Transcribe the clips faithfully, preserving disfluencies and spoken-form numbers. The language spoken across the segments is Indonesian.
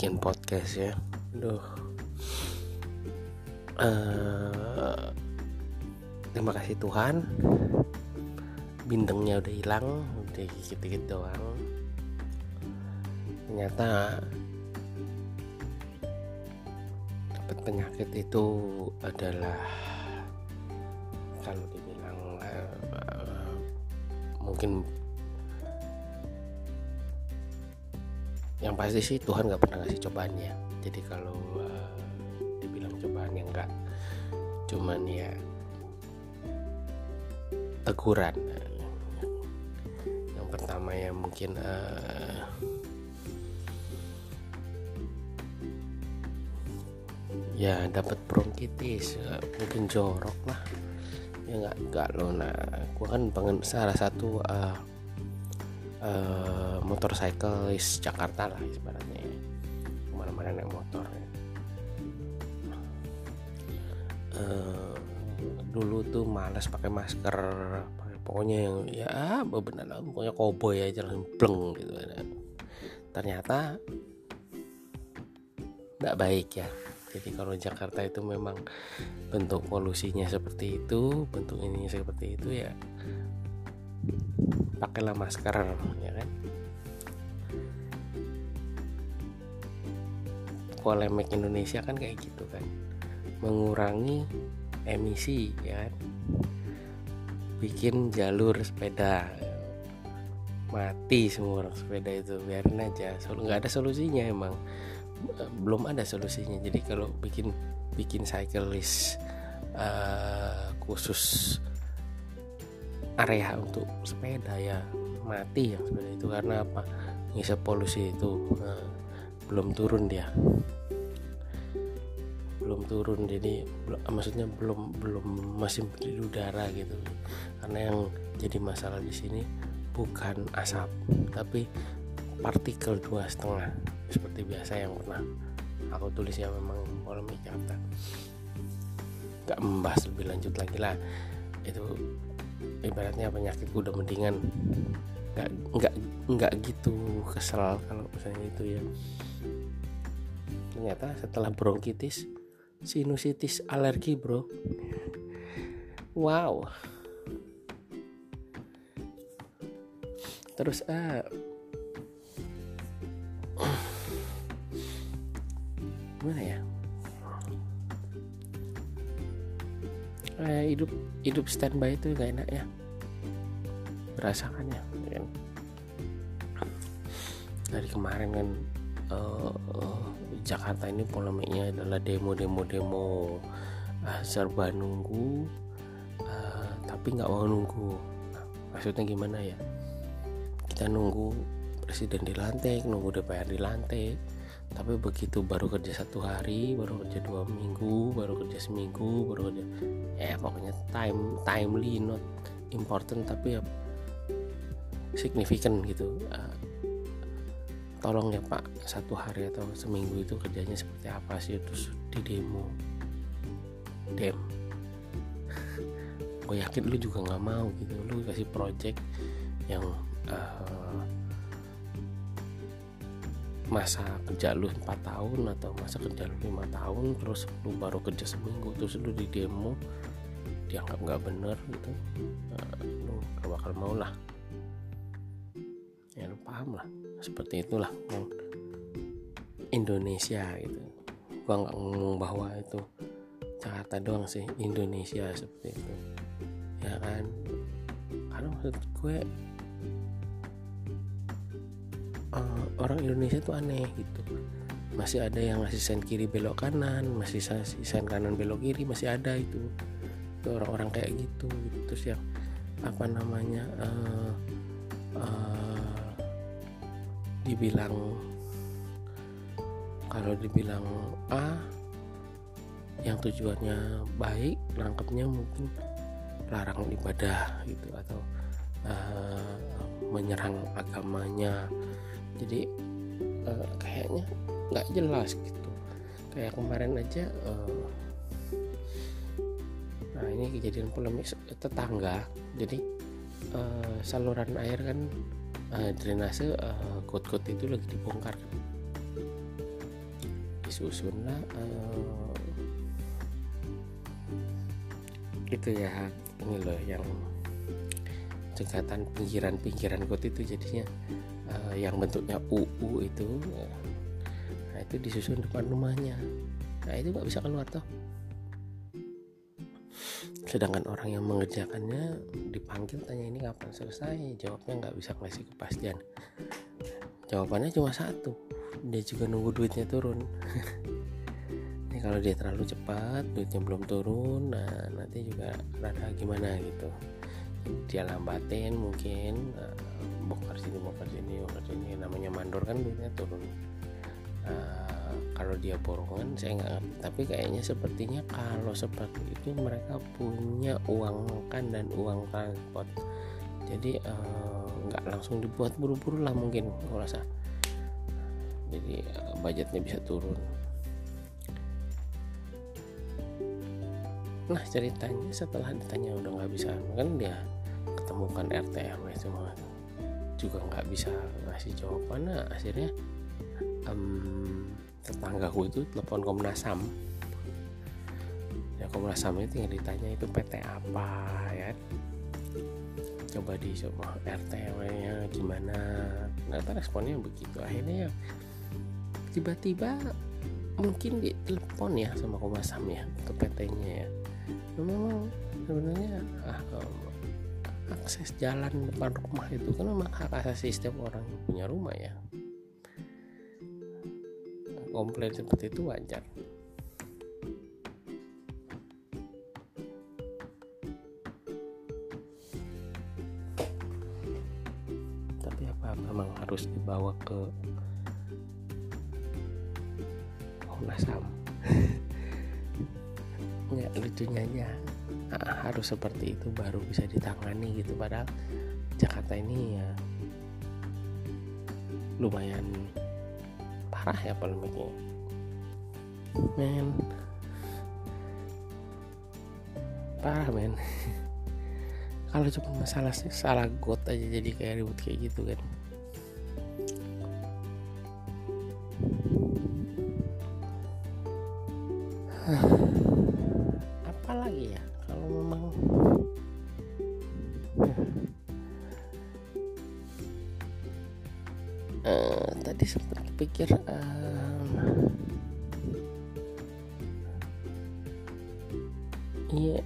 bikin podcast ya. Aduh. Uh, terima kasih Tuhan, bindengnya udah hilang, udah dikit-dikit doang. Ternyata dapat penyakit itu adalah, kalau dibilang uh, uh, mungkin yang pasti sih Tuhan gak pernah ngasih cobaannya. Jadi kalau uh, dibilang cobaannya enggak, cuman ya teguran. Yang pertama ya mungkin uh, ya dapat bronkitis, uh, mungkin jorok lah. Ya nggak nggak loh. Nah, gua kan pengen salah satu uh, uh, motorcyclist Jakarta lah ibaratnya. Kemana-mana naik motor. Uh, dulu tuh malas pakai masker, pakai pokoknya yang ya benar lah, pokoknya koboi aja langsung pleng gitu. Ternyata nggak baik ya. Jadi kalau Jakarta itu memang bentuk polusinya seperti itu, bentuk ininya seperti itu ya, pakailah masker ya kan. Polemik Indonesia kan kayak gitu kan, mengurangi emisi ya kan, bikin jalur sepeda mati semua orang sepeda itu, biarin aja, nggak ada solusinya, emang belum ada solusinya. Jadi kalau bikin bikin cyclist uh, khusus area untuk sepeda ya mati ya sepeda itu, karena apa, ngisap polusi itu uh, belum turun dia belum turun jadi bel- maksudnya belum belum masih di udara gitu. Karena yang jadi masalah di sini bukan asap tapi partikel dua setengah seperti biasa yang pernah aku tulis ya, memang polemik Jakarta. Gak membahas lebih lanjut lagi lah, itu ibaratnya penyakit udah mendingan nggak nggak nggak gitu kesel kalau misalnya itu ya. Ternyata setelah bronkitis, sinusitis, alergi bro. Wow. Terus ah gimana ya? Eh, hidup hidup standby itu gak enak ya. Merasakannya kan. Dari kemarin kan uh, uh, Jakarta ini polemiknya adalah demo-demo-demo, uh, serba nunggu uh, tapi nggak mau nunggu. Nah, maksudnya gimana ya? Kita nunggu presiden dilantik, nunggu D P R dilantik, tapi begitu baru kerja satu hari, baru kerja dua minggu, baru kerja seminggu, baru kerja, ya pokoknya time timely, not important tapi ya signifikan gitu. Uh, tolong ya Pak, satu hari atau seminggu itu kerjanya seperti apa sih? Terus di demo dem gue yakin lu juga nggak mau gitu. Lu kasih project yang uh, masa kerja lu empat tahun atau masa kerja lu lima tahun, terus lu baru kerja seminggu, terus lu di demo dianggap nggak bener gitu, uh, lu gak bakal mau lah ya, lu paham lah. Seperti itulah yang Indonesia gitu. Gua nggak ngomong bahwa itu Jakarta doang sih, Indonesia seperti itu ya kan. Karena maksud gue uh, orang Indonesia tuh aneh gitu. Masih ada yang ngasih sen kiri belok kanan, masih ngasih sen kanan belok kiri, masih ada itu. Itu orang-orang kayak gitu, gitu. Terus yang apa namanya uh, uh, dibilang, kalau dibilang A yang tujuannya baik, nangkepnya mungkin larang ibadah gitu, atau uh, menyerang agamanya. Jadi uh, kayaknya nggak jelas gitu. Kayak kemarin aja uh, nah ini kejadian polemik tetangga. Jadi uh, saluran air kan, uh, drainase uh, got-got itu lagi dibongkar kan. disusunlah uh, itu ya, ini loh yang jembatan pinggiran-pinggiran got itu jadinya uh, yang bentuknya U U itu, nah itu disusun depan rumahnya. Nah itu nggak bisa keluar toh. Sedangkan orang yang mengerjakannya dipanggil tanya ini kapan selesai, jawabnya nggak bisa ngasih kepastian. Jawabannya cuma satu, dia juga nunggu duitnya turun. Ini kalau dia terlalu cepat, duitnya belum turun, nah nanti juga rada gimana gitu. Dia lambatin mungkin, uh, bongkar sini bongkar sini bongkar sini, namanya mandor kan duitnya turun. Uh, kalau dia borongan saya nggak ngerti, tapi kayaknya sepertinya kalau seperti itu mereka punya uang makan dan uang transport, jadi uh, nggak langsung dibuat buru-buru lah mungkin aku rasa, jadi uh, budgetnya bisa turun. Nah ceritanya setelah ditanya udah nggak bisa, kan dia ketemukan R T R W semua juga nggak bisa ngasih jawaban. Nah akhirnya um, tetanggaku itu telepon Komnas H A M. Ya Komnas H A M itu yang ditanya itu P T apa ya, coba di semua R T R W-nya gimana. Ternyata responnya begitu. Akhirnya ya tiba-tiba mungkin ditelepon ya sama Komnas H A M ya ke P T-nya ya. Memang sebenarnya ah, akses jalan depan rumah itu kan memang hak asasi setiap orang yang punya rumah ya. Komplain seperti itu wajar. Tapi apa memang harus dibawa ke Komnas H A M? Nggak, lucunya aja harus seperti itu baru bisa ditangani gitu. Padahal Jakarta ini ya lumayan parah ya polemiknya, men, parah men. Kalau cuma masalah salah got aja jadi kayak ribut kayak gitu kan. Apalagi ya kalau memang uh, tadi sempat pikir um, iya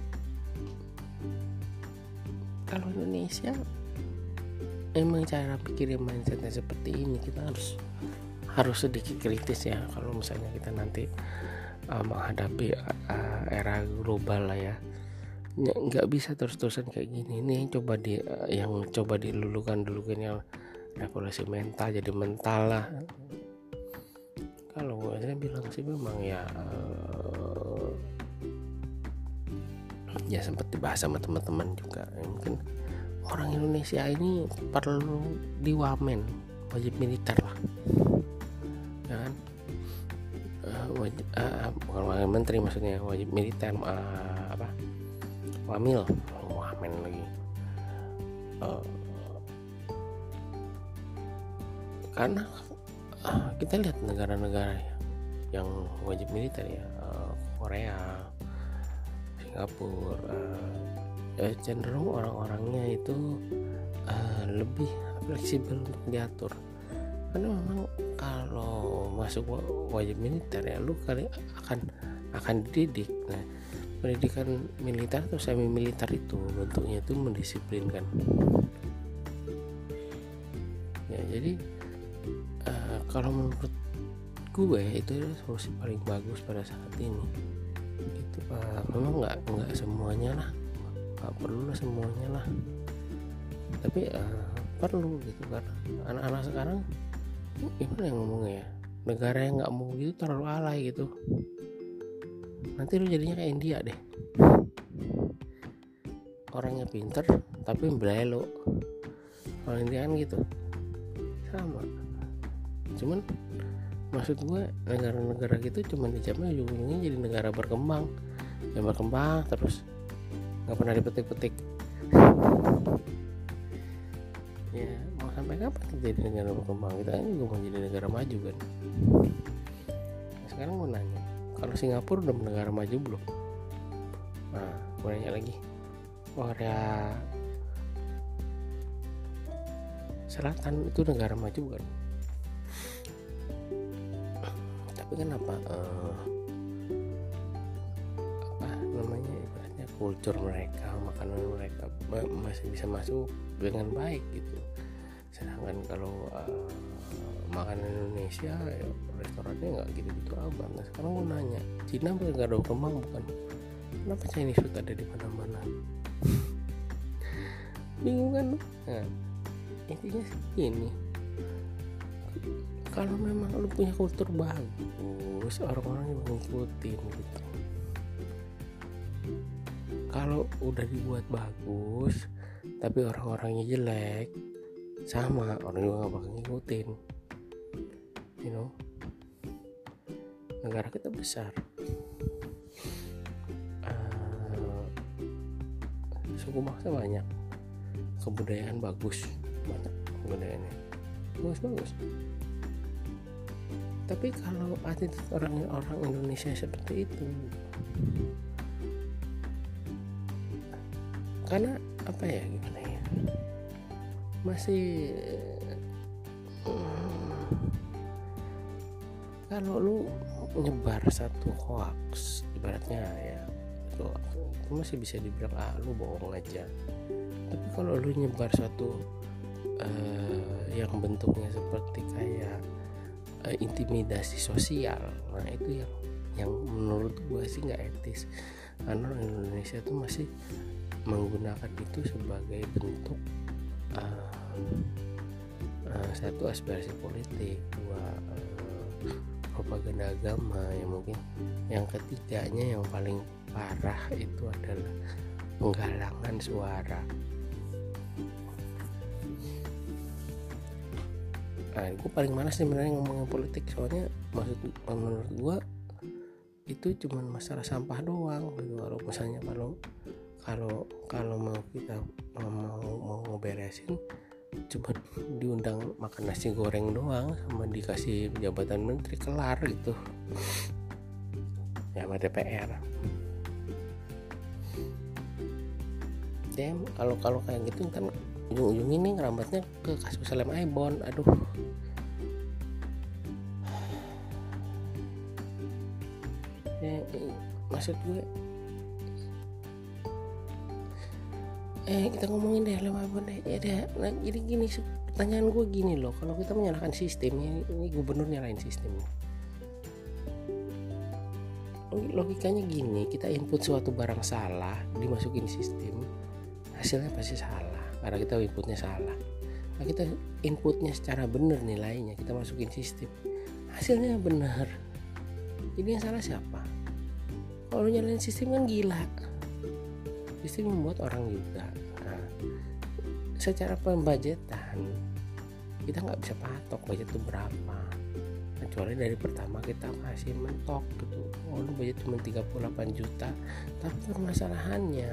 kalau Indonesia emang cara pikirnya mindsetnya seperti ini, kita harus harus sedikit kritis ya kalau misalnya kita nanti uh, menghadapi uh, era global lah ya. Nggak bisa terus-terusan kayak gini. Ini coba di uh, yang coba dilulukan dulu kan yang revolusi mental jadi mental lah. Kalau saya bilang sih memang ya uh, ya sempat dibahas sama teman-teman juga ya, mungkin orang Indonesia ini perlu diwamen, wajib militer lah ya kan. uh, wajib, uh, bukan wajib menteri maksudnya, wajib militer, uh, apa wamil wamen lagi uh, karena uh, kita lihat negara-negara yang wajib militer ya, uh, Korea, Singapura, uh, ya cenderung orang-orangnya itu uh, lebih fleksibel untuk diatur. Karena memang kalau masuk wajib militer ya lu kali akan akan dididik. Nah, pendidikan militer atau semi militer itu bentuknya itu mendisiplinkan. Ya jadi uh, kalau menurut gue itu solusi paling bagus pada saat ini. Gitu Pak. Memang nggak nggak semuanya lah, nggak perlu lah semuanya lah. Tapi uh, perlu gitu kan. Anak-anak sekarang gimana yang ngomongnya ya, negara yang nggak mau gitu terlalu alay gitu. Nanti lu jadinya kayak India deh, orangnya pinter tapi belelo. Orang India kan gitu sama. Cuman maksud gue negara-negara gitu cuman dijamnya ujung-ujungnya jadi negara berkembang, yang berkembang terus nggak pernah dipetik-petik. Ya mau sampai kapan kita jadi negara berkembang? Kita kan juga mau jadi negara maju kan. Nah, sekarang Kalau Singapura udah negara maju belum? Nah, gue nanya lagi, Korea Selatan itu negara maju bukan? Tapi kenapa uh, apa namanya ibaratnya kultur mereka, makanan mereka masih bisa masuk dengan baik gitu. Sedangkan kalau uh, makanan Indonesia ya restorannya nggak gitu-gitu amat. Nah sekarang gue nanya, Cina negara berkembang bukan? Kenapa Chinese food ada di mana-mana? Bingung kan? Nah, intinya sih ini, kalau memang lu punya kultur bagus, orang-orang yang ngikutin gitu. Kalau udah dibuat bagus tapi orang-orangnya jelek, sama orang juga gak bakal ngikutin. You know, negara kita besar, uh, suku bangsa banyak, kebudayaan bagus, banyak kebudayaannya bagus-bagus. Tapi kalau attitude orang-orang Indonesia seperti itu, karena apa ya, gimana ya, masih hmm, kalau lu nyebar satu hoax ibaratnya ya itu, itu masih bisa dibilang ah lu bohong aja. Tapi kalau lu nyebar satu uh, yang bentuknya seperti kayak uh, intimidasi sosial, nah itu yang yang menurut gue sih nggak etis, karena Indonesia tuh masih menggunakan itu sebagai bentuk uh, uh, satu aspirasi politik, dua uh, propaganda agama, yang mungkin yang ketiganya yang paling parah itu adalah penggalangan suara. Nah, gue paling malas sebenarnya ngomongin politik, soalnya maksud menurut gue itu cuma masalah sampah doang gitu. Kalau misalnya kalau kalau kalau mau kita mau mau ngeberesin, cuma diundang makan nasi goreng doang sama dikasih jabatan menteri, kelar gitu ya sama D P R. Dem, kalau kalau kayak gitu kan ujung-ujung ini ngerambatnya ke kasus Lem Aibon. Aduh, ya, maksud gue eh kita ngomongin deh Lem Aibon deh ya deh. Nah, jadi gini, pertanyaan gue gini loh, kalau kita menyalahkan sistem, ini, ini gubernur nyalahin sistem, logikanya gini, kita input suatu barang salah dimasukin sistem, hasilnya pasti salah karena kita inputnya salah. Nah, kita inputnya secara benar, nilainya kita masukin sistem, hasilnya benar. Jadi yang salah siapa? Kalau nyalain sistem kan gila, sistem membuat orang juga. Nah, secara pembajetan kita nggak bisa patok budget itu berapa, kecuali dari pertama kita masih mentok gitu, oh lu budget cuma tiga puluh delapan juta. Tapi permasalahannya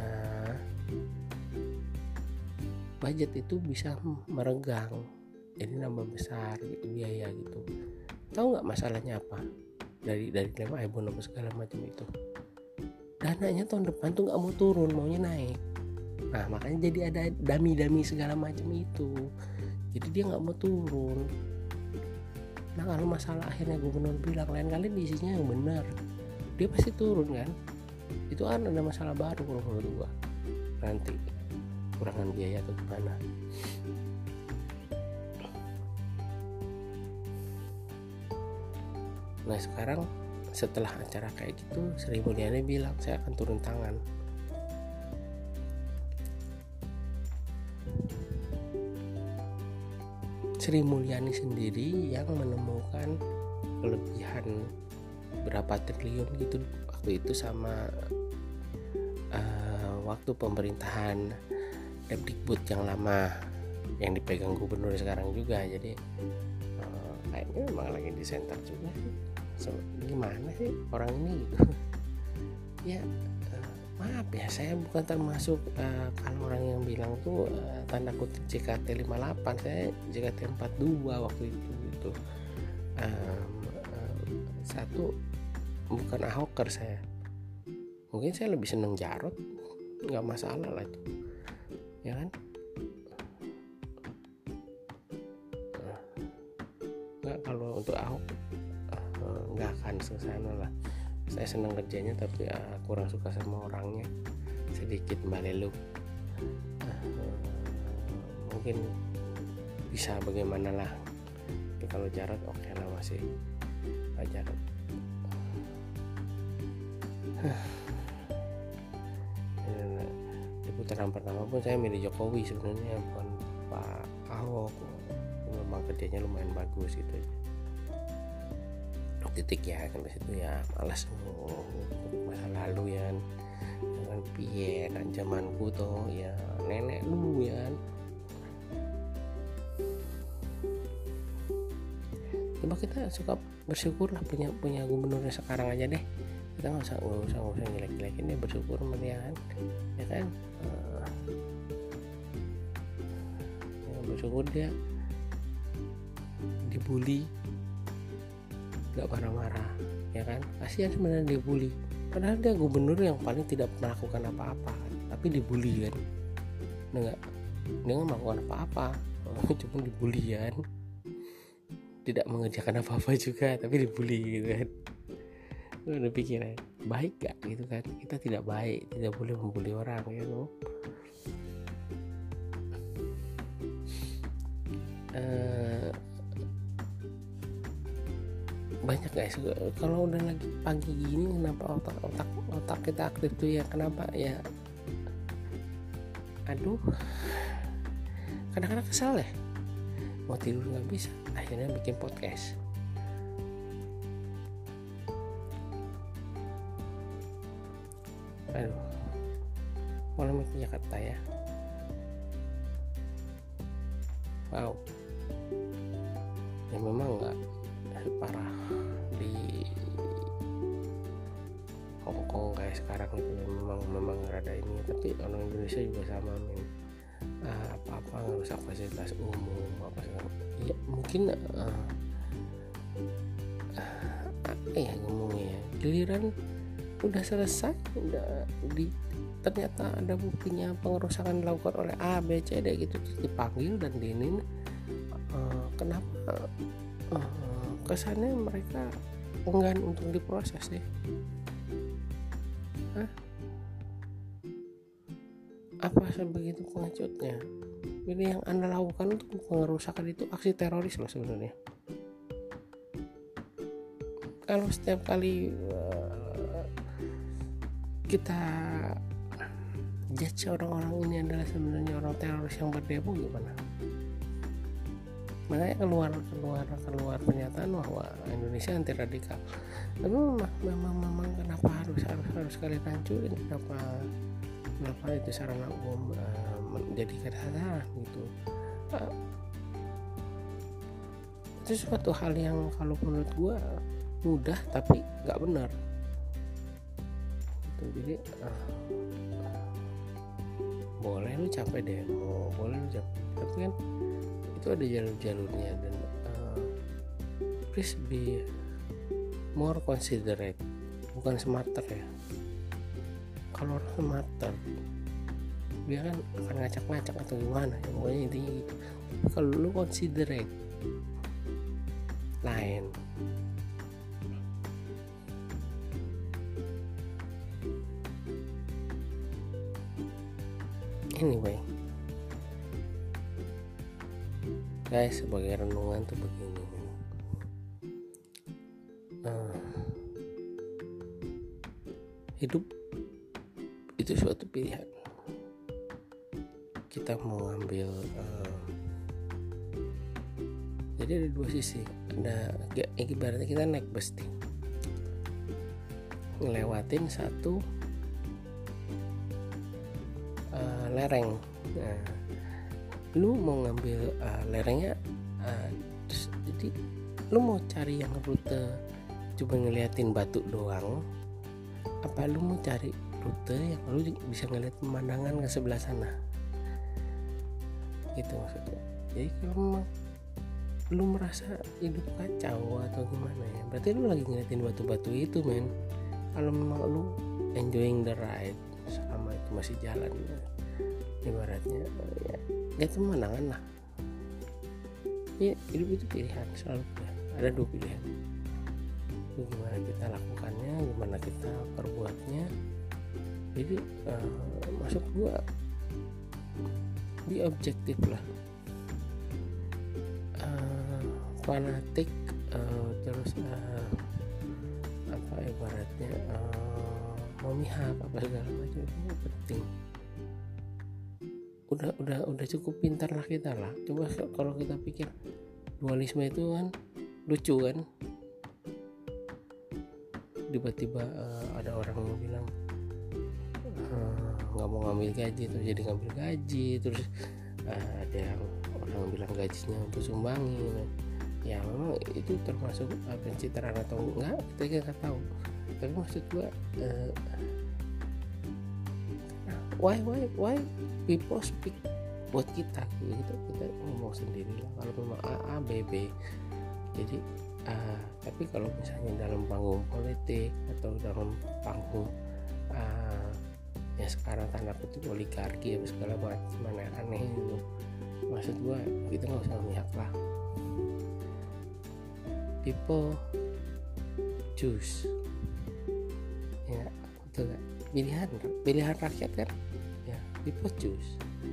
budget itu bisa meregang, jadi nambah besar gitu, biaya gitu. Tahu nggak masalahnya apa? Dari dari Lem Aibon apa segala macam itu, dananya tahun depan tuh nggak mau turun, maunya naik. Nah makanya jadi ada dami-dami segala macam itu, jadi dia nggak mau turun. Nah kalau masalah akhirnya gubernur bilang lain kali diisinya yang benar, dia pasti turun kan. Itu kan ada masalah baru kalau menurut gua, nanti kurangan biaya atau gimana. Nah sekarang setelah acara kayak gitu, Sri Mulyani bilang saya akan turun tangan. Sri Mulyani sendiri yang menemukan kelebihan berapa triliun gitu waktu itu sama uh, waktu pemerintahan Depdikbud yang lama yang dipegang gubernur sekarang juga. Jadi uh, kayaknya memang lagi di center juga sih. So, gimana sih orang ini gitu ya. Uh, maaf ya, saya bukan termasuk uh, kalau orang yang bilang tuh uh, tanda kutip J K T lima puluh delapan, saya J K T empat puluh dua waktu itu gitu. Um, uh, satu bukan Ahoker saya. Mungkin saya lebih seneng Jarot, nggak masalah lah itu, ya kan? Nggak, kalau untuk Ahok nggak akan kesana lah. Saya senang kerjanya tapi uh, kurang suka sama orangnya, sedikit balelu. Uh, mungkin bisa bagaimana lah. Tapi kalau Jarot oke okay lah, masih Pak Jarot. Di putaran pertama pun saya milih Jokowi sebenarnya, bukan Pak Ahok. Memang kerjanya lumayan bagus gitu aja. Titik ya kan, situ ya malas oh, masa lalu ya kan, piye kan zamanku toh ya nenek dulu ya kan. Coba kita suka bersyukur lah punya punya gubernurnya sekarang aja deh. Kita nggak usah nggak usah nggak usah jelek-jelekin dia, bersyukur sama dia kan, ya kan. Uh, ya, bersyukur dia dibully gak marah-marah, ya kan. Kasihan sebenarnya dibully, padahal dia gubernur yang paling tidak melakukan apa-apa, tapi dibully kan. Dia nggak dia nggak melakukan apa-apa, cuma dibully kan, tidak mengerjakan apa-apa juga, tapi dibully gitu kan. Lu udah pikir ya, baik gak gitu kan? Kita tidak baik, tidak boleh membuli orang ya loh. Uh, banyak guys, kalau udah lagi pagi gini kenapa otak otak otak kita aktif tuh ya, kenapa ya, aduh kadang-kadang kesel ya, mau tidur nggak bisa, akhirnya bikin podcast. Aduh, polemik Jakarta ya, wow ya, memang nggak parah di Hongkong kayak sekarang itu, memang memang rada ini, tapi orang Indonesia juga sama men. Ah, apa-apa ngerusak fasilitas umum apa segala. Ya mungkin uh, uh, ya ngomongnya ya, giliran udah selesai, udah di, ternyata ada buktinya pengerusakan dilakukan oleh A B C D gitu, terus dipanggil dan diinin, uh, kenapa uh, kesannya mereka enggan untuk diproses deh. Hah? Apa sebegitu pengecutnya? Jadi yang Anda lakukan untuk pengerusakan itu aksi teroris loh sebenarnya. Kalau setiap kali uh, kita judge orang-orang ini adalah sebenarnya orang teroris yang berdemo, gimana? Makanya keluar keluar keluar pernyataan bahwa Indonesia anti radikal. Tapi memang memang, memang kenapa harus harus harus kalian hancurin? Kenapa kenapa itu sarana umum uh, menjadi kesadaran gitu? Uh, itu suatu hal yang kalau menurut gua mudah tapi nggak benar. Gitu, jadi uh, boleh lu capek demo, boleh lu capek, tapi kan itu ada jalur-jalurnya, dan uh, please be more considerate, bukan smarter ya. Kalau orang smarter dia kan akan ngacak-ngacak atau gimana ya, pokoknya intinya gitu. Tapi kalau lu considerate lain. Anyway guys, sebagai renungan tuh begini, uh, hidup itu suatu pilihan. Kita mau ngambil uh, jadi ada dua sisi. Ada ibaratnya kita naik bus nih, ngelewatin satu uh, lereng. Nah, lu mau ngambil uh, lerengnya, uh, terus, jadi lu mau cari yang rute cuma ngeliatin batu doang, apa lu mau cari rute yang lu bisa ngeliat pemandangan ke sebelah sana, gitu maksudnya. Jadi kalau memang lu merasa hidup kacau atau gimana ya, berarti lu lagi ngeliatin batu-batu itu men. Kalau memang lu enjoying the ride selama itu masih jalan ya, ibaratnya ya, ya pemandangan lah ya. Hidup itu pilihan, selalu ya. Ada dua pilihan, itu gimana kita lakukannya, gimana kita perbuatnya. Jadi uh, masuk gua di objektif lah, uh, fanatik uh, terus uh, apa ibaratnya uh, memihak apa segala macam itu penting. Udah udah udah cukup pintar lah kita lah. Coba kalau kita pikir dualisme itu kan lucu kan, tiba-tiba uh, ada orang yang bilang nggak uh, mau ngambil gaji terus jadi ngambil gaji, terus uh, ada yang orang bilang gajinya untuk sumbangin. Ya memang itu termasuk uh, pencitraan atau enggak kita nggak tahu, tapi maksud gua uh, why why why people speak buat kita gitu, kita ngomong sendiri lah kalau memang A A B B. Jadi uh, tapi kalau misalnya dalam panggung politik atau dalam panggung uh, ya sekarang tanda kutip oligarki apa segala macam mana aneh itu, maksud gua kita nggak usah memihak lah. People choose, ya betul gak? Pilihan pilihan rakyat kan ya, people choose,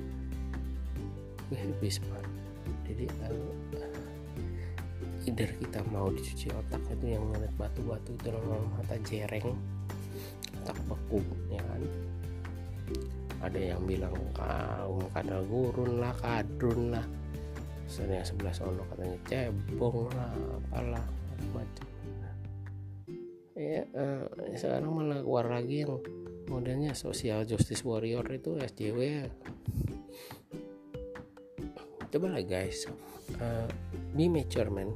we have this one. Jadi uh, either kita mau dicuci otak itu yang ngeliat batu-batu itu dalam mata jereng, otak beku ya kan. Ada yang bilang kaum kadal gurun lah, kadrun lah, yang sebelah sono katanya cebong lah, apalah macam. Ya uh, sekarang malah keluar lagi yang modelnya social justice warrior itu S J W. Coba lah guys, uh, be mature man.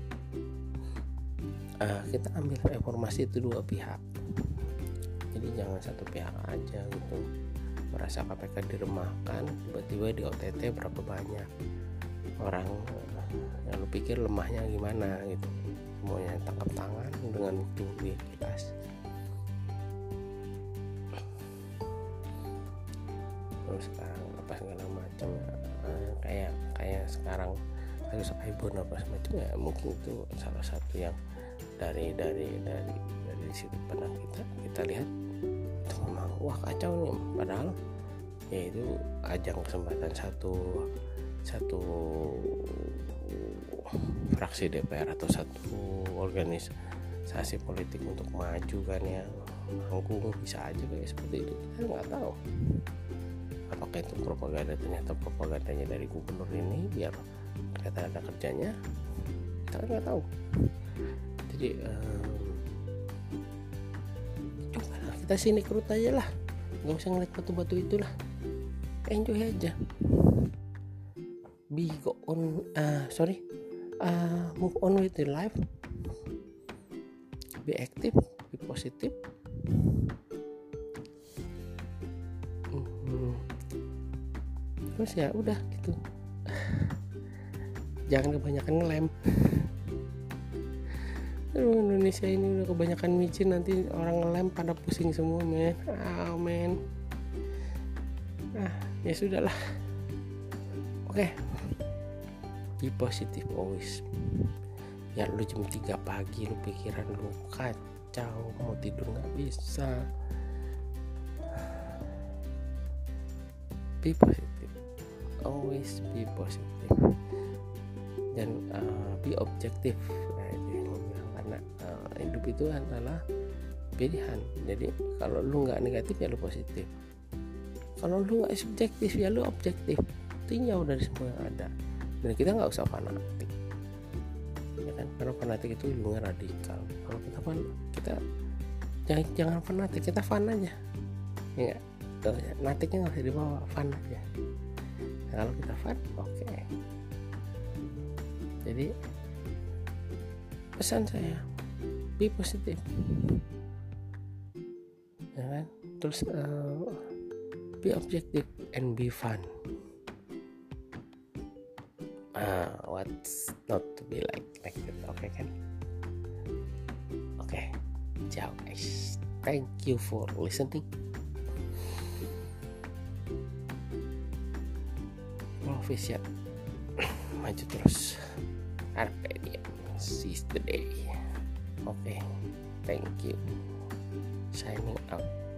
Uh, kita ambil informasi itu dua pihak, jadi jangan satu pihak aja gitu. Merasa K P K diremahkan, tiba-tiba di O T T berapa banyak orang yang lu pikir lemahnya gimana gitu, semuanya tangkap tangan dengan bukti jelas. Terus sekarang apa segala macam eh, kayak kayak sekarang harus iPhone apa semacam ya, mungkin itu salah satu yang dari dari dari dari sudut pandang kita kita lihat itu memang wah kacau nih, padahal ya itu ajang kesempatan satu satu fraksi D P R atau satu organisasi politik untuk maju kan ya, manggung bisa aja kayak seperti itu. Kita nggak tahu apakah itu propaganda, ternyata propagandanya dari gubernur ini biar ternyata ada kerjanya, kita kan nggak tahu. Jadi um, coba lah kita sini kerut aja lah, nggak usah ngeliat batu-batu itulah, enjoy aja. Be go on, uh, sorry, uh, move on with your life. Be active, be positive. Hmm. Terus ya udah gitu. Jangan kebanyakan ngelem. Aduh, Indonesia ini udah kebanyakan micin, nanti orang ngelem pada pusing semua men. Ah men. Ah ya sudahlah. Oke. Okay. Be positive always. Ya lu jam tiga pagi lu pikiran lu kacau, mau tidur gak bisa. Be positive, always be positive. Dan uh, be objektif. Nah, itu yang bilang, karena uh, hidup itu adalah pilihan. Jadi kalau lu gak negatif ya lu positif, kalau lu gak subjektif ya lu objektif. Itu jauh dari semua yang ada. Dan kita nggak usah fanatik ya kan, karena fanatik itu ujungnya radikal. Kalau kita fan, kita jangan jangan fanatik, kita fun aja ya nggak, natiknya nggak usah dibawa, fun aja. Nah, kalau kita fun oke okay. Jadi pesan saya be positif ya kan, terus uh, be objective and be fun. uh, what's not to be like like that. Oke okay, kan? Oke, okay. Ciao guys. Thank you for listening. Provision maju terus. Arpedia seize the day. Oke, okay. Thank you. Signing out.